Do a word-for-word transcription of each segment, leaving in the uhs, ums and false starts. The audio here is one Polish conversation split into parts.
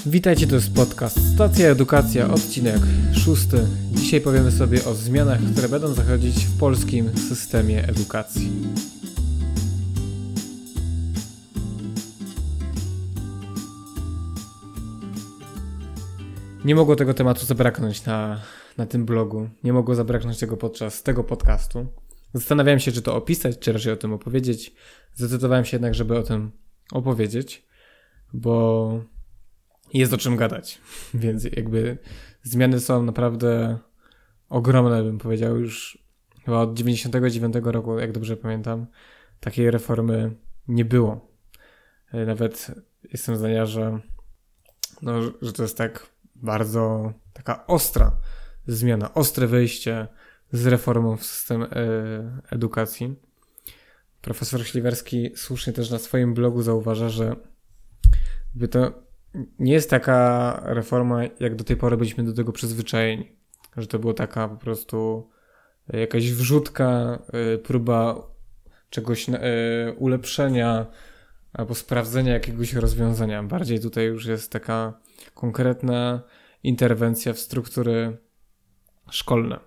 Witajcie, to jest podcast Stacja Edukacja, odcinek szósty. Dzisiaj powiemy sobie o zmianach, które będą zachodzić w polskim systemie edukacji. Nie mogło tego tematu zabraknąć na, na tym blogu. Nie mogło zabraknąć tego podczas tego podcastu. Zastanawiałem się, czy to opisać, czy raczej o tym opowiedzieć. Zdecydowałem się jednak, żeby o tym opowiedzieć, bo jest o czym gadać. Więc jakby zmiany są naprawdę ogromne, bym powiedział. Już chyba od dziewięćdziesiątego dziewiątego roku, jak dobrze pamiętam, takiej reformy nie było. Nawet jestem zdania, że, no, że to jest tak bardzo taka ostra zmiana, ostre wyjście z reformą w system e, edukacji. Profesor Śliwerski słusznie też na swoim blogu zauważa, że by to nie jest taka reforma, jak do tej pory byliśmy do tego przyzwyczajeni. Że to była taka po prostu jakaś wrzutka, e, próba czegoś e, ulepszenia albo sprawdzenia jakiegoś rozwiązania. Bardziej tutaj już jest taka konkretna interwencja w struktury szkolne.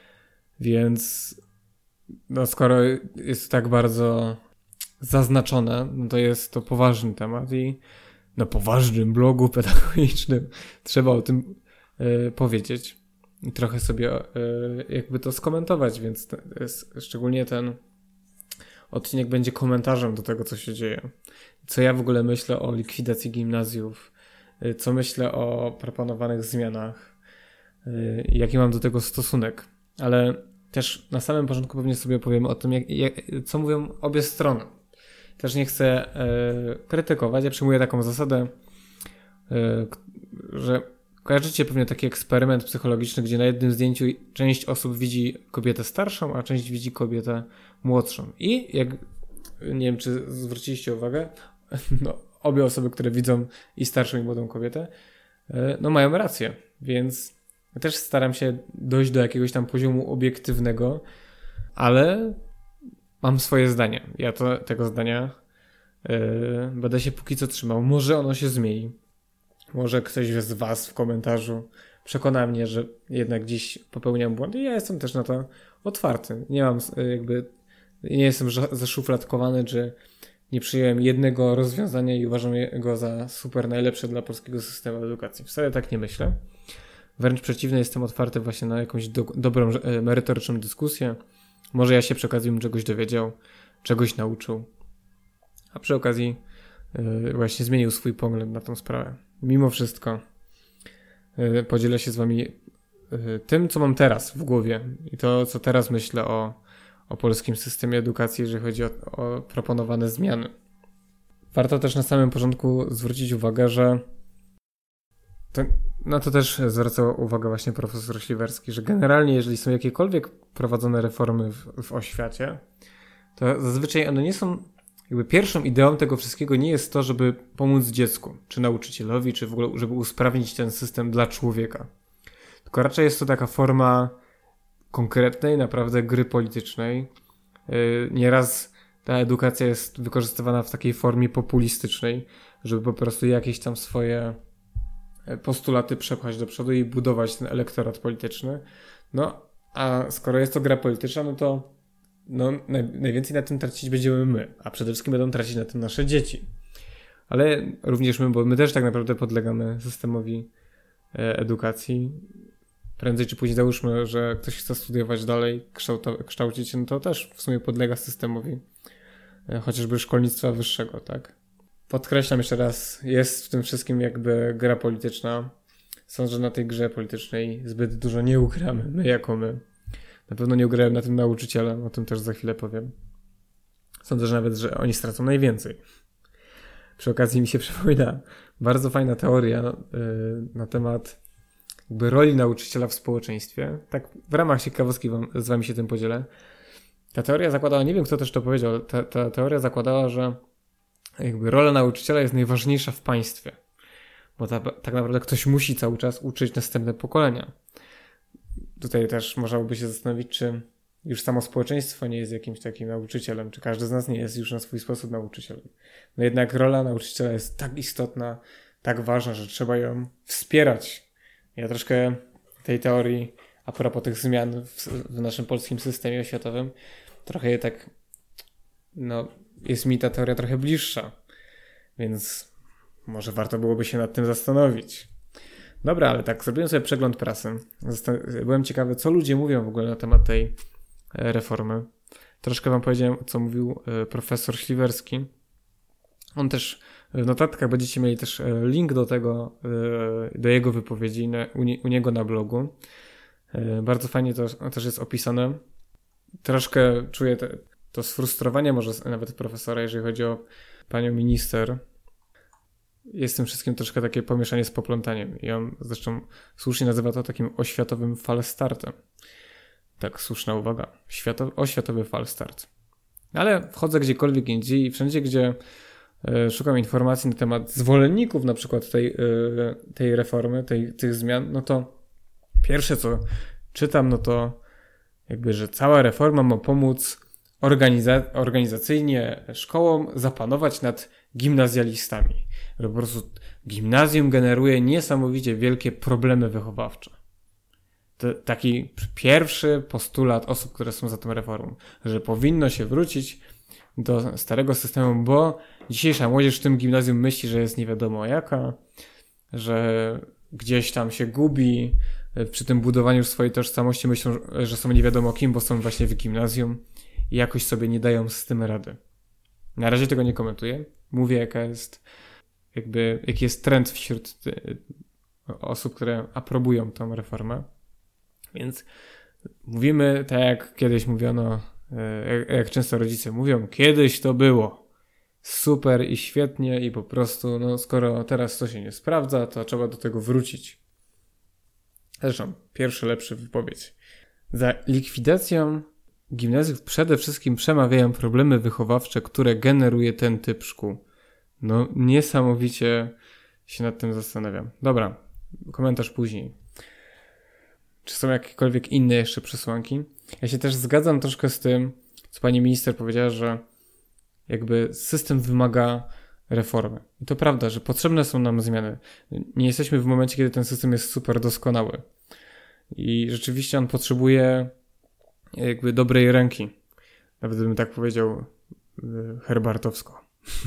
Więc no skoro jest tak bardzo zaznaczone, no to jest to poważny temat i na poważnym blogu pedagogicznym trzeba o tym y, powiedzieć i trochę sobie y, jakby to skomentować, więc to jest, szczególnie ten odcinek będzie komentarzem do tego, co się dzieje. Co ja w ogóle myślę o likwidacji gimnazjów, y, co myślę o proponowanych zmianach, y, jaki mam do tego stosunek. Ale też na samym początku pewnie sobie opowiem o tym, jak, jak, co mówią obie strony. Też nie chcę e, krytykować. Ja przyjmuję taką zasadę, e, że kojarzycie pewnie taki eksperyment psychologiczny, gdzie na jednym zdjęciu część osób widzi kobietę starszą, a część widzi kobietę młodszą. I jak, nie wiem, czy zwróciliście uwagę, no, obie osoby, które widzą i starszą, i młodą kobietę, e, no mają rację. Więc ja też staram się dojść do jakiegoś tam poziomu obiektywnego, ale mam swoje zdanie. Ja to, tego zdania yy, będę się póki co trzymał. Może ono się zmieni. Może ktoś z was w komentarzu przekona mnie, że jednak gdzieś popełniam błąd i ja jestem też na to otwarty. Nie mam yy, jakby, nie jestem zaszufladkowany, czy nie przyjąłem jednego rozwiązania i uważam go za super najlepsze dla polskiego systemu edukacji. Wcale tak nie myślę. Wręcz przeciwnie, jestem otwarty właśnie na jakąś do, dobrą, yy, merytoryczną dyskusję. Może ja się przy okazji bym czegoś dowiedział, czegoś nauczył, a przy okazji yy, właśnie zmienił swój pogląd na tą sprawę. Mimo wszystko yy, podzielę się z wami yy, tym, co mam teraz w głowie i to, co teraz myślę o, o polskim systemie edukacji, jeżeli chodzi o, o proponowane zmiany. Warto też na samym początku zwrócić uwagę, że to, na to też zwracał uwagę właśnie profesor Śliwerski, że generalnie jeżeli są jakiekolwiek prowadzone reformy w, w oświacie, to zazwyczaj one nie są, jakby pierwszą ideą tego wszystkiego nie jest to, żeby pomóc dziecku, czy nauczycielowi, czy w ogóle, żeby usprawnić ten system dla człowieka. Tylko raczej jest to taka forma konkretnej, naprawdę gry politycznej. Yy, nieraz ta edukacja jest wykorzystywana w takiej formie populistycznej, żeby po prostu jakieś tam swoje postulaty przepchać do przodu i budować ten elektorat polityczny. No, a skoro jest to gra polityczna, no to no, naj, najwięcej na tym tracić będziemy my, a przede wszystkim będą tracić na tym nasze dzieci. Ale również my, bo my też tak naprawdę podlegamy systemowi e, edukacji. Prędzej czy później załóżmy, że ktoś chce studiować dalej, kształto, kształcić się, no to też w sumie podlega systemowi e, chociażby szkolnictwa wyższego, tak? Podkreślam jeszcze raz, jest w tym wszystkim jakby gra polityczna. Sądzę, że na tej grze politycznej zbyt dużo nie ugramy, my jako my. Na pewno nie ugrają na tym nauczyciele, o tym też za chwilę powiem. Sądzę, że nawet, że oni stracą najwięcej. Przy okazji mi się przypomina bardzo fajna teoria yy, na temat jakby roli nauczyciela w społeczeństwie. Tak w ramach ciekawostki wam, z wami się tym podzielę. Ta teoria zakładała, nie wiem kto też to powiedział, ta, ta teoria zakładała, że jakby rola nauczyciela jest najważniejsza w państwie, bo ta, tak naprawdę ktoś musi cały czas uczyć następne pokolenia. Tutaj też można by się zastanowić, czy już samo społeczeństwo nie jest jakimś takim nauczycielem, czy każdy z nas nie jest już na swój sposób nauczycielem. No jednak rola nauczyciela jest tak istotna, tak ważna, że trzeba ją wspierać. Ja troszkę tej teorii a propos tych zmian w, w naszym polskim systemie oświatowym trochę je tak, no jest mi ta teoria trochę bliższa, więc może warto byłoby się nad tym zastanowić. Dobra, ale tak, zrobiłem sobie przegląd prasy. Zastan- byłem ciekawy, co ludzie mówią w ogóle na temat tej e, reformy. Troszkę wam powiedziałem, co mówił e, profesor Śliwerski. On też w notatkach będziecie mieli też e, link do tego, e, do jego wypowiedzi na, u, nie, u niego na blogu. E, bardzo fajnie to też jest opisane. Troszkę czuję te, to sfrustrowanie może nawet profesora, jeżeli chodzi o panią minister. Jest tym wszystkim troszkę takie pomieszanie z poplątaniem. I on zresztą słusznie nazywa to takim oświatowym falstartem. Tak, słuszna uwaga. Świato- oświatowy falstart. Ale wchodzę gdziekolwiek indziej i wszędzie, gdzie y, szukam informacji na temat zwolenników na przykład tej, y, tej reformy, tej, tych zmian, no to pierwsze co czytam, no to jakby, że cała reforma ma pomóc organiza- organizacyjnie szkołom zapanować nad gimnazjalistami. Że po prostu gimnazjum generuje niesamowicie wielkie problemy wychowawcze. To taki pierwszy postulat osób, które są za tą reformą, że powinno się wrócić do starego systemu, bo dzisiejsza młodzież w tym gimnazjum myśli, że jest nie wiadomo jaka, że gdzieś tam się gubi, przy tym budowaniu swojej tożsamości myślą, że są nie wiadomo kim, bo są właśnie w gimnazjum i jakoś sobie nie dają z tym rady. Na razie tego nie komentuję. Mówię, jaka jest jakby, jaki jest trend wśród osób, które aprobują tą reformę. Więc mówimy tak, jak kiedyś mówiono, jak, jak często rodzice mówią, kiedyś to było super i świetnie i po prostu, no skoro teraz to się nie sprawdza, to trzeba do tego wrócić. Zresztą, pierwszy lepszy wypowiedź. Za likwidacją gimnazjów przede wszystkim przemawiają problemy wychowawcze, które generuje ten typ szkół. No, niesamowicie się nad tym zastanawiam. Dobra, komentarz później. Czy są jakiekolwiek inne jeszcze przesłanki? Ja się też zgadzam troszkę z tym, co pani minister powiedziała, że jakby system wymaga reformy. I to prawda, że potrzebne są nam zmiany. Nie jesteśmy w momencie, kiedy ten system jest super doskonały. I rzeczywiście on potrzebuje jakby dobrej ręki. Nawet bym tak powiedział herbartowsko.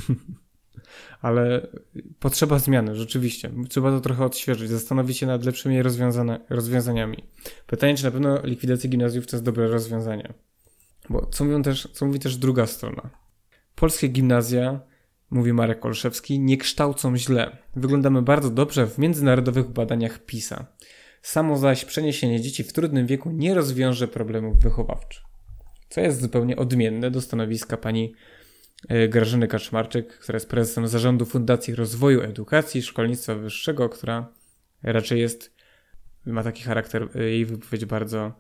Ale potrzeba zmiany, rzeczywiście. Trzeba to trochę odświeżyć, zastanowić się nad lepszymi rozwiązania- rozwiązaniami. Pytanie, czy na pewno likwidacja gimnazjów to jest dobre rozwiązanie. Bo co, mówią też, co mówi też druga strona. Polskie gimnazja, mówi Marek Olszewski, nie kształcą źle. Wyglądamy bardzo dobrze w międzynarodowych badaniach PISA. Samo zaś przeniesienie dzieci w trudnym wieku nie rozwiąże problemów wychowawczych. Co jest zupełnie odmienne do stanowiska pani Grażyny Kaczmarczyk, która jest prezesem Zarządu Fundacji Rozwoju Edukacji i Szkolnictwa Wyższego, która raczej jest, ma taki charakter, jej wypowiedź bardzo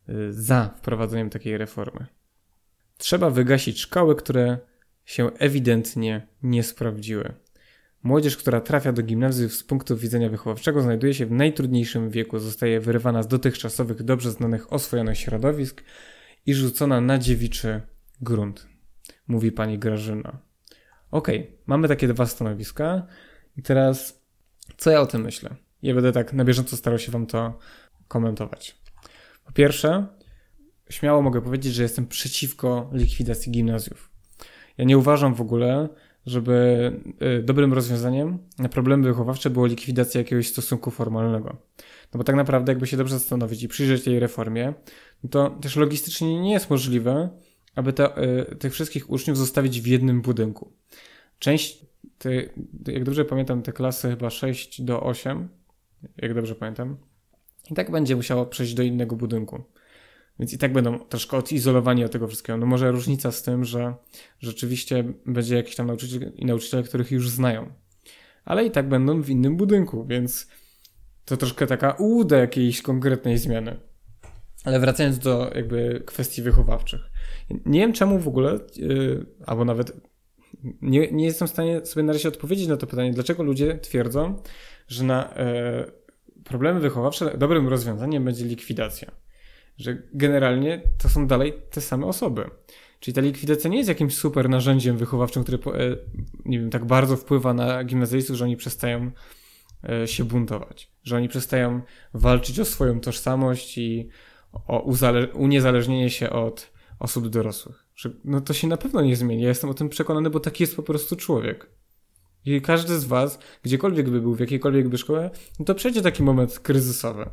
za wprowadzeniem takiej reformy. Trzeba wygasić szkoły, które się ewidentnie nie sprawdziły. Młodzież, która trafia do gimnazjów z punktu widzenia wychowawczego, znajduje się w najtrudniejszym wieku, zostaje wyrywana z dotychczasowych, dobrze znanych, oswojonych środowisk i rzucona na dziewiczy grunt, mówi pani Grażyna. Okej, okay, mamy takie dwa stanowiska i teraz co ja o tym myślę? Ja będę tak na bieżąco starał się wam to komentować. Po pierwsze, śmiało mogę powiedzieć, że jestem przeciwko likwidacji gimnazjów. Ja nie uważam w ogóle, żeby y, dobrym rozwiązaniem na problemy wychowawcze było likwidacja jakiegoś stosunku formalnego. No bo tak naprawdę jakby się dobrze zastanowić i przyjrzeć tej reformie, no to też logistycznie nie jest możliwe, aby te, y, tych wszystkich uczniów zostawić w jednym budynku. Część, te, jak dobrze pamiętam, te klasy chyba sześć do ośmiu, jak dobrze pamiętam, i tak będzie musiało przejść do innego budynku. Więc i tak będą troszkę odizolowani od tego wszystkiego. No może różnica z tym, że rzeczywiście będzie jakiś tam nauczyciel i nauczyciele, których już znają. Ale i tak będą w innym budynku, więc to troszkę taka ułuda jakiejś konkretnej zmiany. Ale wracając do jakby kwestii wychowawczych. Nie wiem czemu w ogóle, yy, albo nawet nie, nie jestem w stanie sobie na razie odpowiedzieć na to pytanie, dlaczego ludzie twierdzą, że na yy, problemy wychowawcze dobrym rozwiązaniem będzie likwidacja. Że generalnie to są dalej te same osoby. Czyli ta likwidacja nie jest jakimś super narzędziem wychowawczym, które nie wiem, tak bardzo wpływa na gimnazjalistów, że oni przestają się buntować, że oni przestają walczyć o swoją tożsamość i o uzale- uniezależnienie się od osób dorosłych. Że, no to się na pewno nie zmieni. Ja jestem o tym przekonany, bo taki jest po prostu człowiek. I każdy z was, gdziekolwiek by był, w jakiejkolwiek by szkole, no to przejdzie taki moment kryzysowy.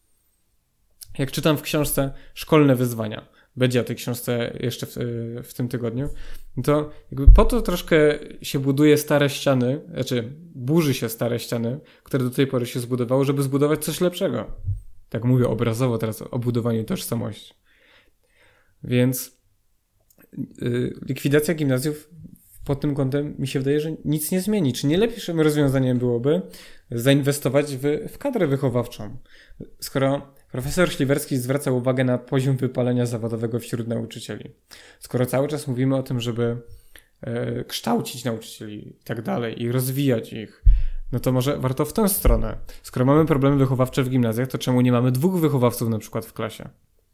Jak czytam w książce Szkolne wyzwania, będzie o tej książce jeszcze w, w tym tygodniu, to jakby po to troszkę się buduje stare ściany, znaczy burzy się stare ściany, które do tej pory się zbudowało, żeby zbudować coś lepszego. Tak mówię obrazowo teraz o budowaniu tożsamości. Więc yy, likwidacja gimnazjów pod tym kątem mi się wydaje, że nic nie zmieni. Czy nie lepszym rozwiązaniem byłoby zainwestować w, w kadrę wychowawczą? Skoro profesor Śliwerski zwraca uwagę na poziom wypalenia zawodowego wśród nauczycieli. Skoro cały czas mówimy o tym, żeby e, kształcić nauczycieli i tak dalej i rozwijać ich, no to może warto w tę stronę. Skoro mamy problemy wychowawcze w gimnazjach, to czemu nie mamy dwóch wychowawców na przykład w klasie?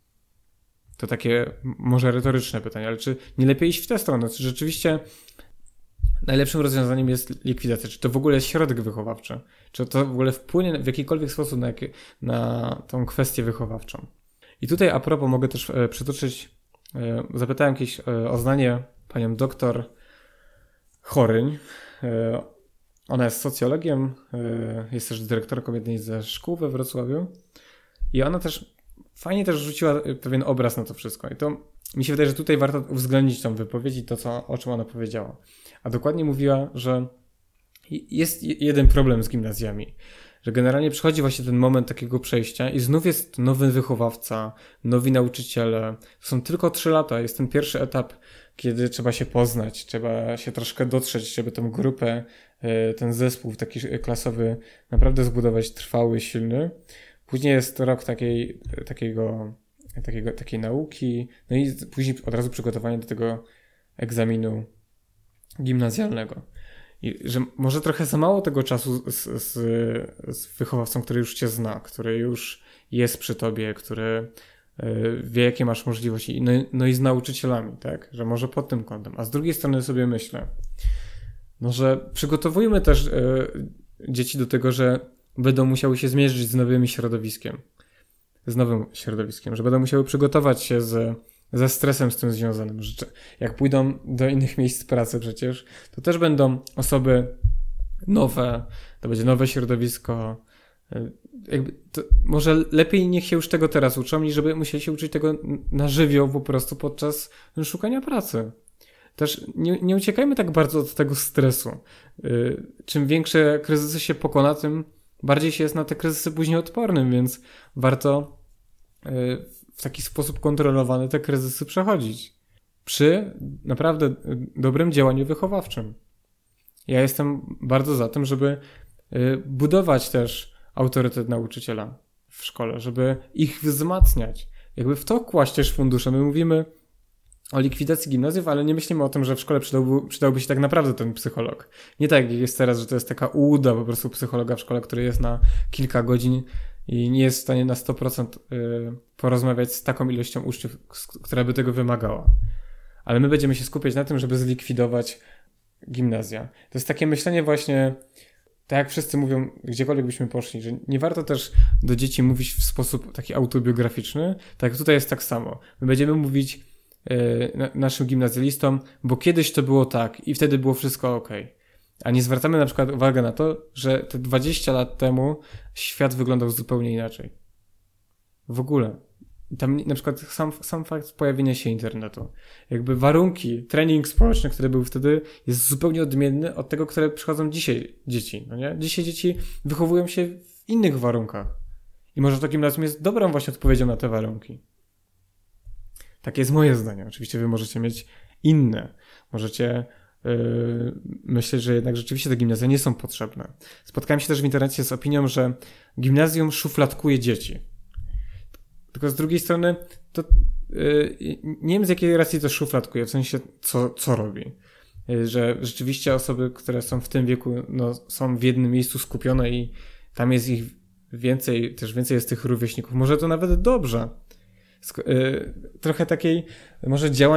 To takie może retoryczne pytanie, ale czy nie lepiej iść w tę stronę? Czy rzeczywiście najlepszym rozwiązaniem jest likwidacja? Czy to w ogóle jest środek wychowawczy? Czy to w ogóle wpłynie w jakikolwiek sposób na, jakie, na tą kwestię wychowawczą? I tutaj a propos mogę też e, przytoczyć, e, zapytałem kiedyś e, o zdanie panią doktor Choryń. E, ona jest socjologiem, e, jest też dyrektorką jednej ze szkół we Wrocławiu i ona też fajnie też rzuciła pewien obraz na to wszystko. I to mi się wydaje, że tutaj warto uwzględnić tą wypowiedź i to, co, o czym ona powiedziała. A dokładnie mówiła, że jest jeden problem z gimnazjami, że generalnie przychodzi właśnie ten moment takiego przejścia i znów jest nowy wychowawca, nowi nauczyciele. To są tylko trzy lata, jest ten pierwszy etap, kiedy trzeba się poznać, trzeba się troszkę dotrzeć, żeby tę grupę, ten zespół taki klasowy naprawdę zbudować trwały, silny. Później jest rok takiej, takiego, takiego, takiej nauki, no i później od razu przygotowanie do tego egzaminu gimnazjalnego. I że może trochę za mało tego czasu z, z, z wychowawcą, który już cię zna, który już jest przy tobie, który wie, jakie masz możliwości, no, no i z nauczycielami, tak? Że może pod tym kątem. A z drugiej strony sobie myślę, no że przygotowujmy też y, dzieci do tego, że będą musiały się zmierzyć z nowym środowiskiem, z nowym środowiskiem, że będą musiały przygotować się z, ze stresem z tym związanym, że jak pójdą do innych miejsc pracy przecież, to też będą osoby nowe, to będzie nowe środowisko. Jakby to może lepiej niech się już tego teraz uczą, niż żeby musieli się uczyć tego na żywioł po prostu podczas szukania pracy. Też nie, nie uciekajmy tak bardzo od tego stresu. Czym większe kryzysy się pokona, tym bardziej się jest na te kryzysy później odpornym, więc warto w taki sposób kontrolowany te kryzysy przechodzić. Przy naprawdę dobrym działaniu wychowawczym. Ja jestem bardzo za tym, żeby budować też autorytet nauczyciela w szkole, żeby ich wzmacniać. Jakby w to kłaść też fundusze. My mówimy o likwidacji gimnazjów, ale nie myślimy o tym, że w szkole przydałby, przydałby się tak naprawdę ten psycholog. Nie tak jak jest teraz, że to jest taka ułuda po prostu psychologa w szkole, który jest na kilka godzin i nie jest w stanie na sto procent porozmawiać z taką ilością uczniów, która by tego wymagała. Ale my będziemy się skupiać na tym, żeby zlikwidować gimnazja. To jest takie myślenie właśnie, tak jak wszyscy mówią, gdziekolwiek byśmy poszli, że nie warto też do dzieci mówić w sposób taki autobiograficzny. Tak tutaj jest tak samo. My będziemy mówić yy, naszym gimnazjalistom, bo kiedyś to było tak i wtedy było wszystko okej. A nie zwracamy na przykład uwagi na to, że te dwadzieścia lat temu świat wyglądał zupełnie inaczej. W ogóle. Tam na przykład sam, sam fakt pojawienia się internetu. Jakby warunki, trening społeczny, który był wtedy, jest zupełnie odmienny od tego, które przychodzą dzisiaj dzieci. No nie? Dzisiaj dzieci wychowują się w innych warunkach. I może to gimnazjum jest dobrą właśnie odpowiedzią na te warunki. Takie jest moje zdanie. Oczywiście wy możecie mieć inne. Możecie yy, myśleć, że jednak rzeczywiście te gimnazja nie są potrzebne. Spotkałem się też w internecie z opinią, że gimnazjum szufladkuje dzieci. Tylko z drugiej strony, to yy, nie wiem z jakiej racji to szufladkuje, w sensie co, co robi. Yy, że rzeczywiście osoby, które są w tym wieku, no, są w jednym miejscu skupione i tam jest ich więcej, też więcej jest tych rówieśników. Może to nawet dobrze. Sk- yy, trochę takiej, może działań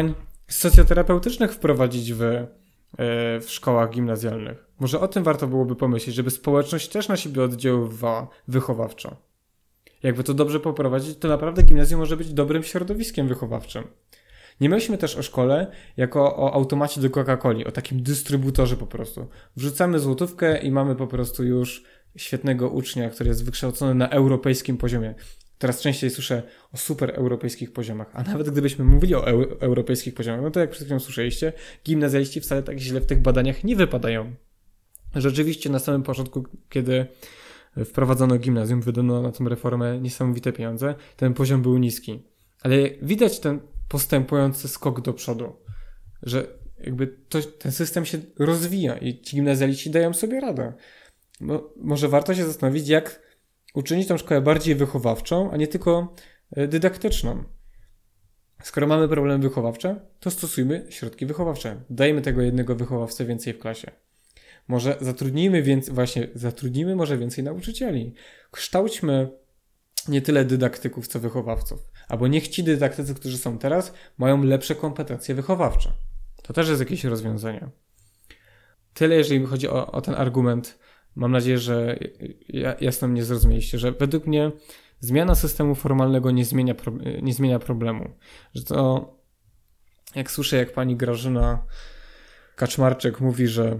socjoterapeutycznych wprowadzić w, w szkołach gimnazjalnych. Może o tym warto byłoby pomyśleć, żeby społeczność też na siebie oddziaływała wychowawczo. Jakby to dobrze poprowadzić, to naprawdę gimnazjum może być dobrym środowiskiem wychowawczym. Nie myślmy też o szkole jako o automacie do Coca-Coli, o takim dystrybutorze po prostu. Wrzucamy złotówkę i mamy po prostu już świetnego ucznia, który jest wykształcony na europejskim poziomie. Teraz częściej słyszę o super europejskich poziomach, a nawet gdybyśmy mówili o eu- europejskich poziomach, no to jak przed chwilą słyszeliście, gimnazjaliści wcale tak źle w tych badaniach nie wypadają. Rzeczywiście na samym początku, kiedy wprowadzono gimnazjum, wydano na tę reformę niesamowite pieniądze, ten poziom był niski. Ale widać ten postępujący skok do przodu, że jakby to, ten system się rozwija i ci gimnazjaliści dają sobie radę. No, może warto się zastanowić, jak uczynić tą szkołę bardziej wychowawczą, a nie tylko dydaktyczną. Skoro mamy problemy wychowawcze, to stosujmy środki wychowawcze. Dajmy tego jednego wychowawcę więcej w klasie. Może zatrudnijmy więcej, właśnie zatrudnijmy może więcej nauczycieli. Kształćmy nie tyle dydaktyków, co wychowawców. Albo niech ci dydaktycy, którzy są teraz, mają lepsze kompetencje wychowawcze. To też jest jakieś rozwiązanie. Tyle, jeżeli chodzi o, o ten argument. Mam nadzieję, że jasno mnie zrozumieliście, że według mnie zmiana systemu formalnego nie zmienia, pro, nie zmienia problemu. Że to, jak słyszę, jak pani Grażyna Kaczmarczyk mówi, że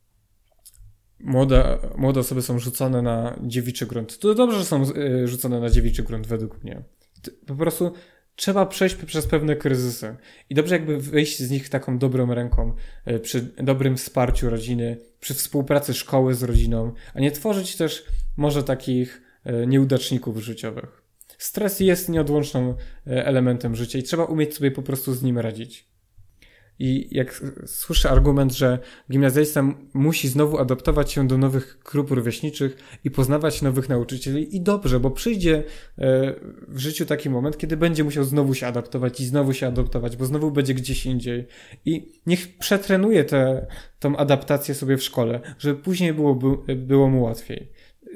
Młode, młode osoby są rzucone na dziewiczy grunt. To dobrze, że są rzucone na dziewiczy grunt według mnie. Po prostu trzeba przejść przez pewne kryzysy. I dobrze jakby wyjść z nich taką dobrą ręką, przy dobrym wsparciu rodziny, przy współpracy szkoły z rodziną, a nie tworzyć też może takich nieudaczników życiowych. Stres jest nieodłącznym elementem życia i trzeba umieć sobie po prostu z nim radzić. I jak słyszę argument, że gimnazjalista musi znowu adaptować się do nowych grup rówieśniczych i poznawać nowych nauczycieli, i dobrze, bo przyjdzie w życiu taki moment, kiedy będzie musiał znowu się adaptować i znowu się adaptować, bo znowu będzie gdzieś indziej. I niech przetrenuje tę tą adaptację sobie w szkole, żeby później było, było mu łatwiej.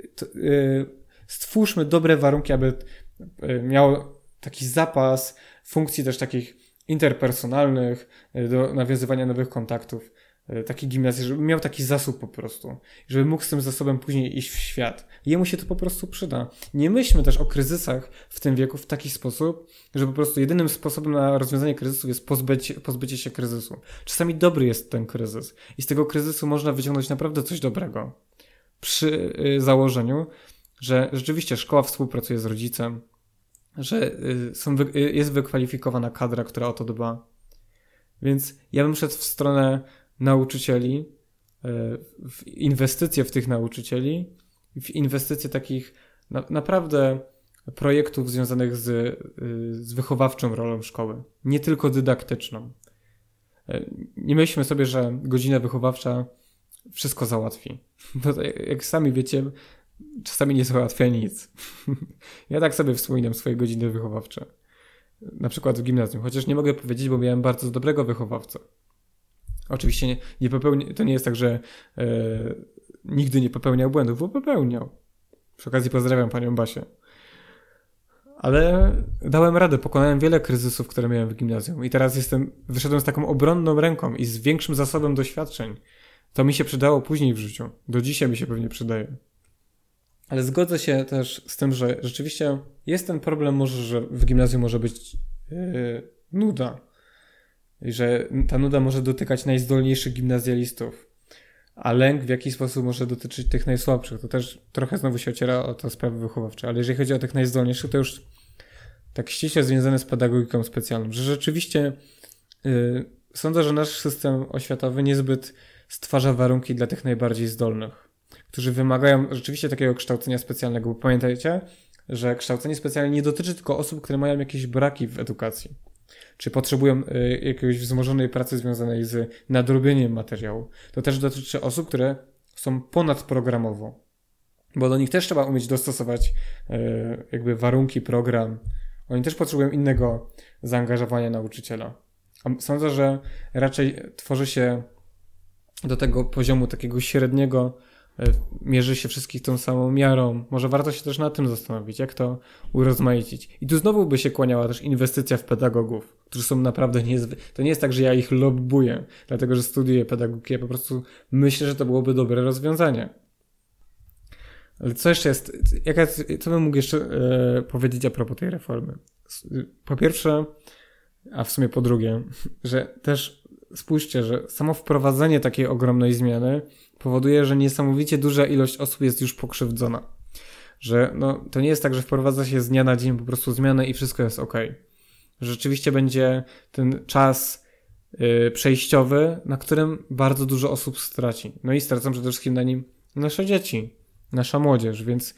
Stwórzmy dobre warunki, aby miał taki zapas funkcji też takich interpersonalnych, do nawiązywania nowych kontaktów, taki gimnazjum, żeby miał taki zasób po prostu, żeby mógł z tym zasobem później iść w świat. Jemu się to po prostu przyda. Nie myślmy też o kryzysach w tym wieku w taki sposób, że po prostu jedynym sposobem na rozwiązanie kryzysu jest pozbycie, pozbycie się kryzysu. Czasami dobry jest ten kryzys i z tego kryzysu można wyciągnąć naprawdę coś dobrego. Przy założeniu, że rzeczywiście szkoła współpracuje z rodzicem, że są, jest wykwalifikowana kadra, która o to dba. Więc ja bym szedł w stronę nauczycieli, w inwestycje w tych nauczycieli, w inwestycje takich na, naprawdę projektów związanych z, z wychowawczą rolą szkoły, nie tylko dydaktyczną. Nie myślmy sobie, że godzina wychowawcza wszystko załatwi. Bo jak sami wiecie, czasami nie załatwia nic. Ja tak sobie wspominam swoje godziny wychowawcze. Na przykład w gimnazjum. Chociaż nie mogę powiedzieć, bo miałem bardzo dobrego wychowawcę. Oczywiście nie, nie popełni, to nie jest tak, że e, nigdy nie popełniał błędów, bo popełniał. Przy okazji pozdrawiam panią Basię. Ale dałem radę, pokonałem wiele kryzysów, które miałem w gimnazjum. I teraz jestem, wyszedłem z taką obronną ręką i z większym zasobem doświadczeń. To mi się przydało później w życiu. Do dzisiaj mi się pewnie przydaje. Ale zgodzę się też z tym, że rzeczywiście jest ten problem może, że w gimnazjum może być yy, nuda. I że ta nuda może dotykać najzdolniejszych gimnazjalistów. A lęk w jakiś sposób może dotyczyć tych najsłabszych. To też trochę znowu się ociera o te sprawy wychowawcze. Ale jeżeli chodzi o tych najzdolniejszych, to już tak ściśle związane z pedagogiką specjalną. Że rzeczywiście yy, sądzę, że nasz system oświatowy niezbyt stwarza warunki dla tych najbardziej zdolnych, którzy wymagają rzeczywiście takiego kształcenia specjalnego. Bo pamiętajcie, że kształcenie specjalne nie dotyczy tylko osób, które mają jakieś braki w edukacji, czy potrzebują y, jakiejś wzmożonej pracy związanej z nadrobieniem materiału. To też dotyczy osób, które są ponadprogramowo, bo do nich też trzeba umieć dostosować y, jakby warunki, program. Oni też potrzebują innego zaangażowania nauczyciela. A sądzę, że raczej tworzy się do tego poziomu takiego średniego mierzy się wszystkich tą samą miarą. Może warto się też nad tym zastanowić, jak to urozmaicić. I tu znowu by się kłaniała też inwestycja w pedagogów, którzy są naprawdę niezwykli. To nie jest tak, że ja ich lobbuję, dlatego że studiuję pedagogikę. Ja po prostu myślę, że to byłoby dobre rozwiązanie. Ale co jeszcze jest, jaka, co bym mógł jeszcze e, powiedzieć a propos tej reformy? Po pierwsze, a w sumie po drugie, że też spójrzcie, że samo wprowadzenie takiej ogromnej zmiany powoduje, że niesamowicie duża ilość osób jest już pokrzywdzona. Że no, to nie jest tak, że wprowadza się z dnia na dzień po prostu zmianę i wszystko jest ok. Że rzeczywiście będzie ten czas yy, przejściowy, na którym bardzo dużo osób straci. No i stracą przede wszystkim na nim nasze dzieci, nasza młodzież, więc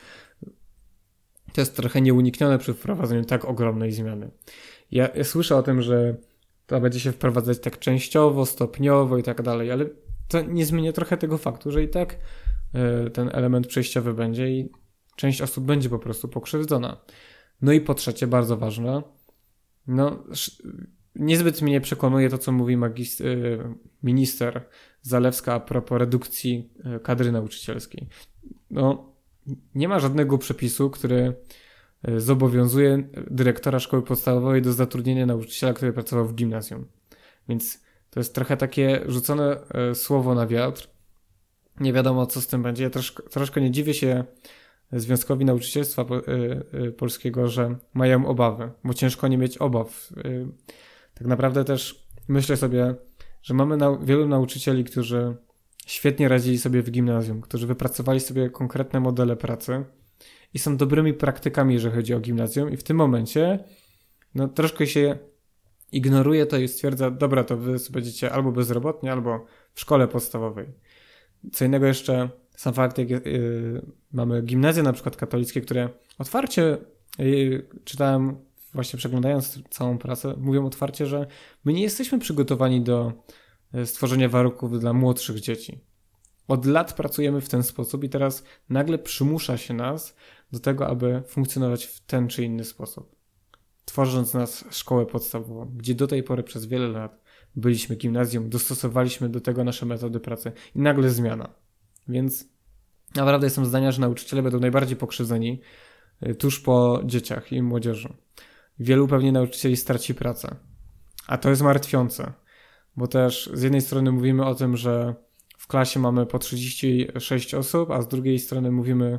to jest trochę nieuniknione przy wprowadzeniu tak ogromnej zmiany. Ja, ja słyszę o tym, że to będzie się wprowadzać tak częściowo, stopniowo i tak dalej, ale to nie zmienia trochę tego faktu, że i tak y, ten element przejściowy będzie i część osób będzie po prostu pokrzywdzona. No i po trzecie, bardzo ważne, no niezbyt mnie przekonuje to, co mówi magist- y, minister Zalewska a propos redukcji y, kadry nauczycielskiej. No, nie ma żadnego przepisu, który zobowiązuje dyrektora szkoły podstawowej do zatrudnienia nauczyciela, który pracował w gimnazjum. Więc to jest trochę takie rzucone słowo na wiatr. Nie wiadomo, co z tym będzie. Ja troszkę, troszkę nie dziwię się Związkowi Nauczycielstwa Polskiego, że mają obawy, bo ciężko nie mieć obaw. Tak naprawdę też myślę sobie, że mamy nau- wielu nauczycieli, którzy świetnie radzili sobie w gimnazjum, którzy wypracowali sobie konkretne modele pracy i są dobrymi praktykami, jeżeli chodzi o gimnazjum, i w tym momencie no troszkę się ignoruje to i stwierdza, dobra, to wy będziecie albo bezrobotni, albo w szkole podstawowej. Co innego jeszcze sam fakt, jak yy, mamy gimnazje na przykład katolickie, które otwarcie, yy, czytałem właśnie przeglądając całą pracę, mówią otwarcie, że my nie jesteśmy przygotowani do stworzenia warunków dla młodszych dzieci. Od lat pracujemy w ten sposób i teraz nagle przymusza się nas do tego, aby funkcjonować w ten czy inny sposób. Tworząc nas szkołę podstawową, gdzie do tej pory przez wiele lat byliśmy gimnazjum, dostosowaliśmy do tego nasze metody pracy i nagle zmiana. Więc naprawdę jestem zdania, że nauczyciele będą najbardziej pokrzywdzeni tuż po dzieciach i młodzieży. Wielu pewnie nauczycieli straci pracę. A to jest martwiące, bo też z jednej strony mówimy o tym, że w klasie mamy po trzydzieści sześć osób, a z drugiej strony mówimy,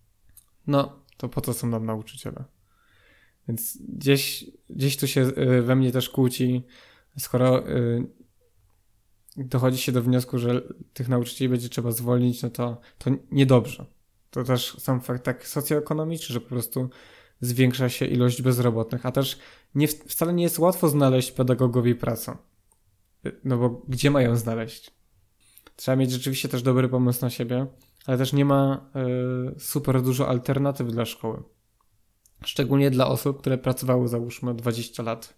no to po co są nam nauczyciele? Więc gdzieś, gdzieś tu się we mnie też kłóci, skoro dochodzi się do wniosku, że tych nauczycieli będzie trzeba zwolnić, no to, to niedobrze. To też sam fakt tak socjoekonomiczny, że po prostu zwiększa się ilość bezrobotnych, a też nie, wcale nie jest łatwo znaleźć pedagogowi pracę. No bo gdzie mają znaleźć? Trzeba mieć rzeczywiście też dobry pomysł na siebie, ale też nie ma y, super dużo alternatyw dla szkoły. Szczególnie dla osób, które pracowały załóżmy dwadzieścia lat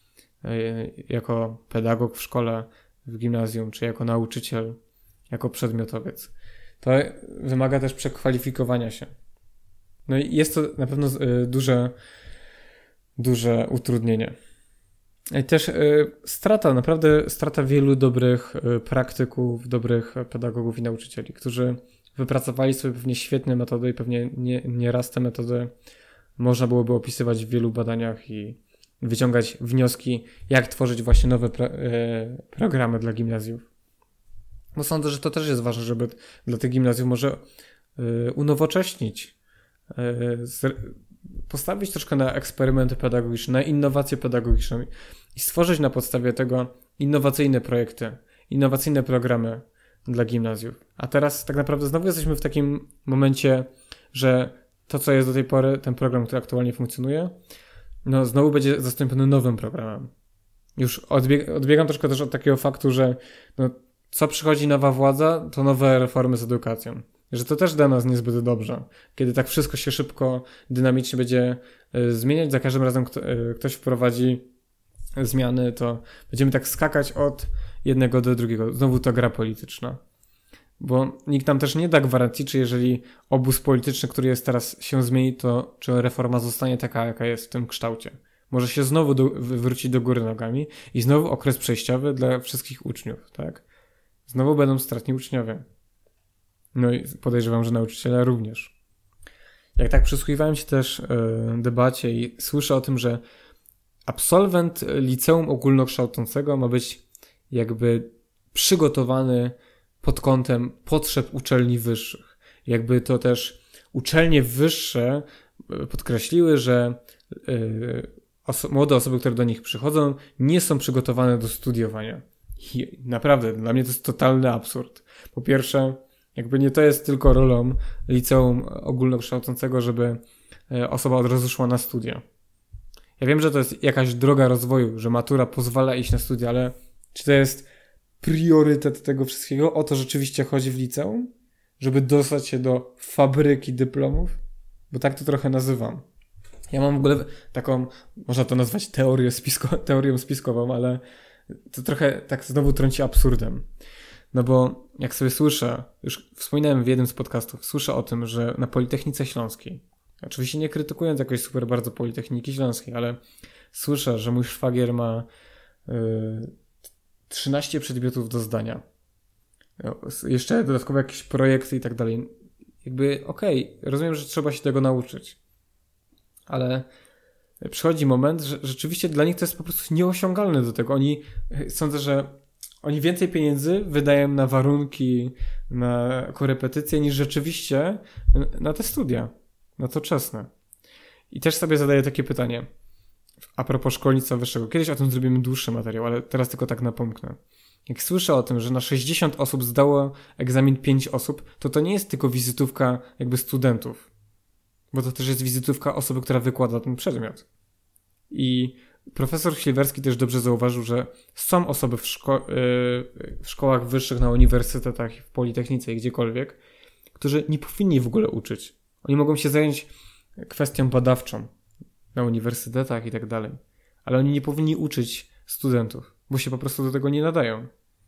y, jako pedagog w szkole, w gimnazjum, czy jako nauczyciel, jako przedmiotowiec. To wymaga też przekwalifikowania się. No i jest to na pewno y, duże, duże utrudnienie. I też y, strata, naprawdę strata wielu dobrych y, praktyków, dobrych pedagogów i nauczycieli, którzy wypracowali sobie pewnie świetne metody i pewnie nie, nie raz te metody można byłoby opisywać w wielu badaniach i wyciągać wnioski, jak tworzyć właśnie nowe pro, y, programy dla gimnazjów. Bo sądzę, że to też jest ważne, żeby dla tych gimnazjów może y, unowocześnić, y, z, postawić troszkę na eksperymenty pedagogiczne, na innowacje pedagogiczne i stworzyć na podstawie tego innowacyjne projekty, innowacyjne programy dla gimnazjów. A teraz tak naprawdę znowu jesteśmy w takim momencie, że to, co jest do tej pory, ten program, który aktualnie funkcjonuje, no znowu będzie zastąpiony nowym programem. Już odbieg- odbiegam troszkę też od takiego faktu, że no, co przychodzi nowa władza, to nowe reformy z edukacją. Że to też dla nas niezbyt dobrze. Kiedy tak wszystko się szybko, dynamicznie będzie y, zmieniać, za każdym razem kto, y, ktoś wprowadzi zmiany, to będziemy tak skakać od jednego do drugiego. Znowu to gra polityczna. Bo nikt nam też nie da gwarancji, czy jeżeli obóz polityczny, który jest teraz, się zmieni, to czy reforma zostanie taka, jaka jest w tym kształcie. Może się znowu do, wrócić do góry nogami i znowu okres przejściowy dla wszystkich uczniów, tak? Znowu będą stratni uczniowie. No i podejrzewam, że nauczyciele również. Jak tak przysłuchiwałem się też yy, debacie i słyszę o tym, że absolwent liceum ogólnokształcącego ma być jakby przygotowany pod kątem potrzeb uczelni wyższych. Jakby to też uczelnie wyższe podkreśliły, że yy, oso- młode osoby, które do nich przychodzą, nie są przygotowane do studiowania. I naprawdę, dla mnie to jest totalny absurd. Po pierwsze, jakby nie to jest tylko rolą liceum ogólnokształcącego, żeby osoba od razu szła na studia. Ja wiem, że to jest jakaś droga rozwoju, że matura pozwala iść na studia, ale czy to jest priorytet tego wszystkiego? O to rzeczywiście chodzi w liceum? Żeby dostać się do fabryki dyplomów? Bo tak to trochę nazywam. Ja mam w ogóle taką, można to nazwać teorię spisko, teorią spiskową, ale to trochę tak znowu trąci absurdem. No bo jak sobie słyszę, już wspominałem w jednym z podcastów, słyszę o tym, że na Politechnice Śląskiej, oczywiście nie krytykując jakoś super bardzo Politechniki Śląskiej, ale słyszę, że mój szwagier ma y, trzynaście przedmiotów do zdania. Jeszcze dodatkowo jakieś projekty i tak dalej. Jakby okej, okay, rozumiem, że trzeba się tego nauczyć. Ale przychodzi moment, że rzeczywiście dla nich to jest po prostu nieosiągalne do tego. Oni, sądzę, że oni więcej pieniędzy wydają na warunki, na korepetycje, niż rzeczywiście na te studia, na to czesne. I też sobie zadaję takie pytanie a propos szkolnictwa wyższego. Kiedyś o tym zrobimy dłuższy materiał, ale teraz tylko tak napomknę. Jak słyszę o tym, że na sześćdziesiąt osób zdało egzamin pięć osób, to to nie jest tylko wizytówka jakby studentów, bo to też jest wizytówka osoby, która wykłada ten przedmiot. I profesor Śliwerski też dobrze zauważył, że są osoby w, szko- yy, w szkołach wyższych, na uniwersytetach, w Politechnice i gdziekolwiek, którzy nie powinni w ogóle uczyć. Oni mogą się zająć kwestią badawczą na uniwersytetach i tak dalej, ale oni nie powinni uczyć studentów, bo się po prostu do tego nie nadają.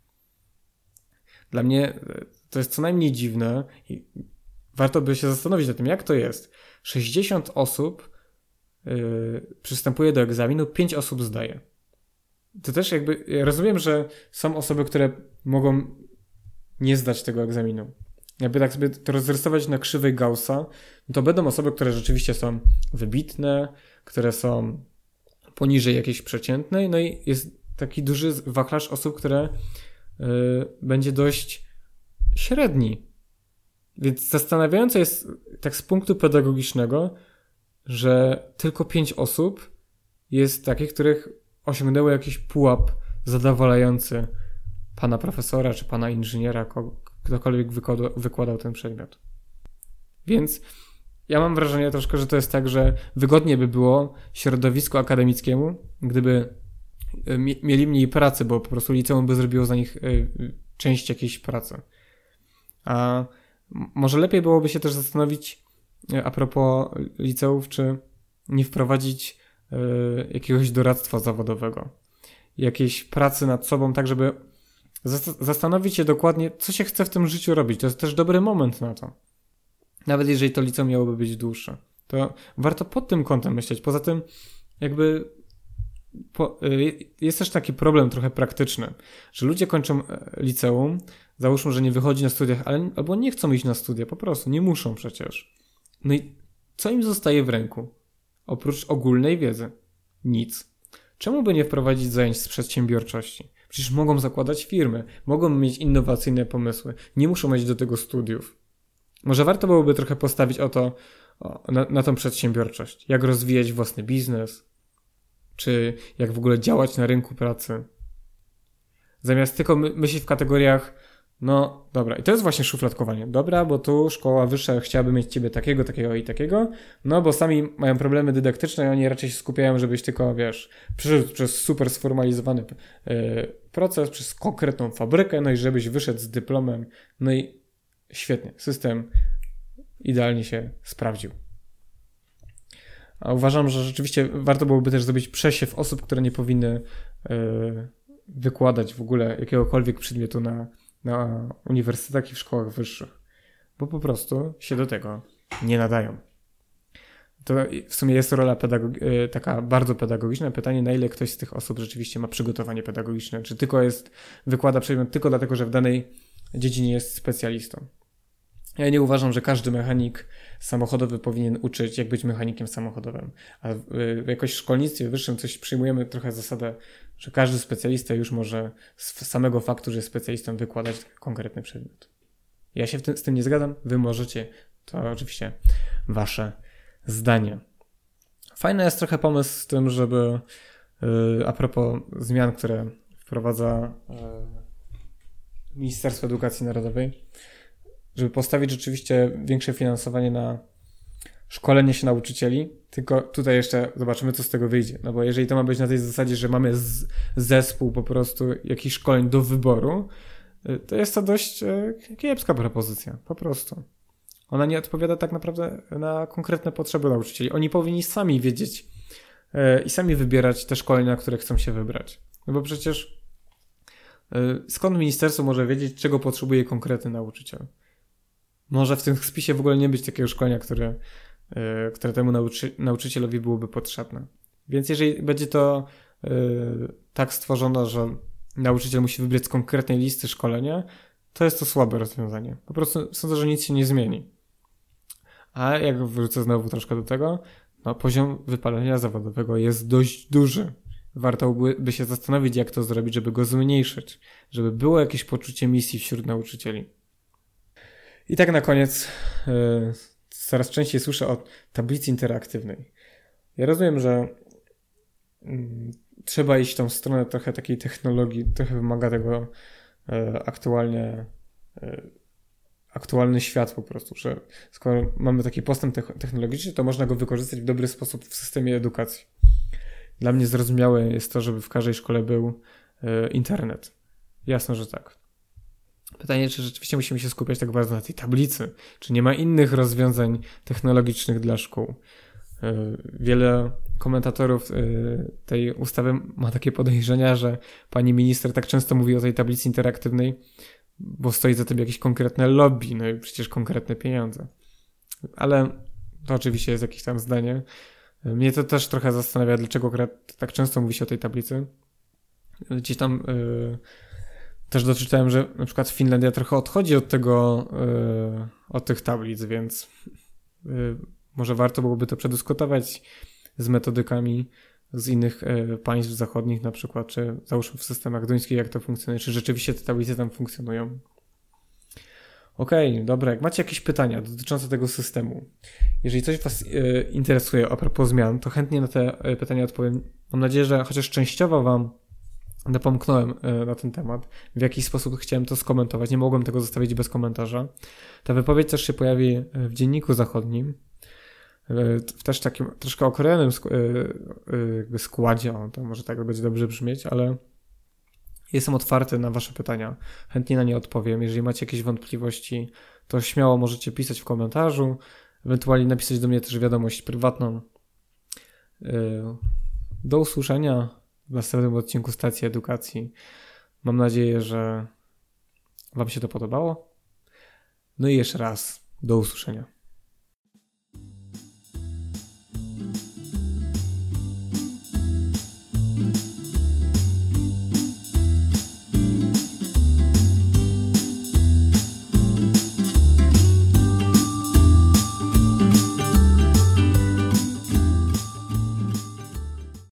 Dla mnie to jest co najmniej dziwne i warto by się zastanowić nad tym, jak to jest. sześćdziesiąt osób yy, przystępuje do egzaminu, pięć osób zdaje. To też jakby, ja rozumiem, że są osoby, które mogą nie zdać tego egzaminu. Jakby tak sobie to rozrysować na krzywej Gaussa, to będą osoby, które rzeczywiście są wybitne, które są poniżej jakiejś przeciętnej, no i jest taki duży wachlarz osób, które yy, będzie dość średni. Więc zastanawiające jest tak z punktu pedagogicznego, że tylko pięć osób jest takich, których osiągnęło jakiś pułap zadowalający pana profesora czy pana inżyniera, ktokolwiek wykładał, wykładał ten przedmiot. Więc ja mam wrażenie troszkę, że to jest tak, że wygodnie by było środowisku akademickiemu, gdyby mieli mniej pracy, bo po prostu liceum by zrobiło za nich część jakiejś pracy. A może lepiej byłoby się też zastanowić a propos liceów, czy nie wprowadzić jakiegoś doradztwa zawodowego, jakiejś pracy nad sobą, tak żeby zastanowić się dokładnie, co się chce w tym życiu robić. To jest też dobry moment na to. Nawet jeżeli to liceum miałoby być dłuższe. To warto pod tym kątem myśleć. Poza tym jakby po, jest też taki problem trochę praktyczny, że ludzie kończą liceum, załóżmy, że nie wychodzi na studiach, ale, albo nie chcą iść na studia, po prostu, nie muszą przecież. No i co im zostaje w ręku? Oprócz ogólnej wiedzy? Nic. Czemu by nie wprowadzić zajęć z przedsiębiorczości? Przecież mogą zakładać firmy, mogą mieć innowacyjne pomysły, nie muszą mieć do tego studiów. Może warto byłoby trochę postawić o to, o, na, na tą przedsiębiorczość. Jak rozwijać własny biznes, czy jak w ogóle działać na rynku pracy. Zamiast tylko my, myśleć w kategoriach, no dobra, i to jest właśnie szufladkowanie. Dobra, bo tu szkoła wyższa chciałaby mieć ciebie takiego, takiego i takiego, no bo sami mają problemy dydaktyczne i oni raczej się skupiają, żebyś tylko, wiesz, przeszedł przez super sformalizowany yy, proces, przez konkretną fabrykę, no i żebyś wyszedł z dyplomem, no i świetnie, system idealnie się sprawdził. A uważam, że rzeczywiście warto byłoby też zrobić przesiew osób, które nie powinny yy, wykładać w ogóle jakiegokolwiek przedmiotu na, na uniwersytetach i w szkołach wyższych, bo po prostu się do tego nie nadają. To w sumie jest rola pedagogi- yy, taka bardzo pedagogiczna. Pytanie, na ile ktoś z tych osób rzeczywiście ma przygotowanie pedagogiczne, czy tylko jest, wykłada przedmiot tylko dlatego, że w danej dziedzinie jest specjalistą. Ja nie uważam, że każdy mechanik samochodowy powinien uczyć, jak być mechanikiem samochodowym. A w jakoś w szkolnictwie wyższym coś przyjmujemy trochę zasadę, że każdy specjalista już może z samego faktu, że jest specjalistą, wykładać konkretny przedmiot. Ja się w tym, z tym nie zgadzam, wy możecie. To oczywiście wasze zdanie. Fajny jest trochę pomysł z tym, żeby yy, a propos zmian, które wprowadza yy, Ministerstwo Edukacji Narodowej, żeby postawić rzeczywiście większe finansowanie na szkolenie się nauczycieli, tylko tutaj jeszcze zobaczymy, co z tego wyjdzie. No bo jeżeli to ma być na tej zasadzie, że mamy z, zespół po prostu jakichś szkoleń do wyboru, to jest to dość kiepska propozycja, po prostu. Ona nie odpowiada tak naprawdę na konkretne potrzeby nauczycieli. Oni powinni sami wiedzieć i sami wybierać te szkolenia, na które chcą się wybrać. No bo przecież skąd ministerstwo może wiedzieć, czego potrzebuje konkretny nauczyciel? Może w tym spisie w ogóle nie być takiego szkolenia, które, które temu nauczy, nauczycielowi byłoby potrzebne. Więc jeżeli będzie to tak stworzone, że nauczyciel musi wybrać z konkretnej listy szkolenia, to jest to słabe rozwiązanie. Po prostu sądzę, że nic się nie zmieni. A jak wrócę znowu troszkę do tego, no poziom wypalenia zawodowego jest dość duży. Warto by się zastanowić, jak to zrobić, żeby go zmniejszyć, żeby było jakieś poczucie misji wśród nauczycieli. I tak na koniec yy, coraz częściej słyszę o tablicy interaktywnej. Ja rozumiem, że yy, trzeba iść w tą stronę trochę takiej technologii, trochę wymaga tego yy, aktualnie yy, aktualny świat po prostu, że skoro mamy taki postęp technologiczny, to można go wykorzystać w dobry sposób w systemie edukacji. Dla mnie zrozumiałe jest to, żeby w każdej szkole był yy, internet. Jasne, że tak. Pytanie, czy rzeczywiście musimy się skupiać tak bardzo na tej tablicy, czy nie ma innych rozwiązań technologicznych dla szkół. Wiele komentatorów tej ustawy ma takie podejrzenia, że pani minister tak często mówi o tej tablicy interaktywnej, bo stoi za tym jakieś konkretne lobby, no i przecież konkretne pieniądze. Ale to oczywiście jest jakieś tam zdanie. Mnie to też trochę zastanawia, dlaczego akurat tak często mówi się o tej tablicy. Gdzieś tam yy, też doczytałem, że na przykład Finlandia trochę odchodzi od tego, yy, od tych tablic, więc yy, może warto byłoby to przedyskutować z metodykami z innych yy, państw zachodnich na przykład, czy załóżmy w systemach duńskich, jak to funkcjonuje, czy rzeczywiście te tablice tam funkcjonują. Okej, okay, dobra, jak macie jakieś pytania dotyczące tego systemu, jeżeli coś was yy, interesuje a propos zmian, to chętnie na te yy, pytania odpowiem. Mam nadzieję, że chociaż częściowo wam napomknąłem na ten temat, w jakiś sposób chciałem to skomentować, nie mogłem tego zostawić bez komentarza. Ta wypowiedź też się pojawi w Dzienniku Zachodnim, w też takim troszkę okrojonym jakby składzie, o, to może tak będzie dobrze brzmieć, ale jestem otwarty na wasze pytania, chętnie na nie odpowiem. Jeżeli macie jakieś wątpliwości, to śmiało możecie pisać w komentarzu, ewentualnie napisać do mnie też wiadomość prywatną. Do usłyszenia w następnym odcinku Stacji Edukacji. Mam nadzieję, że wam się to podobało. No i jeszcze raz do usłyszenia.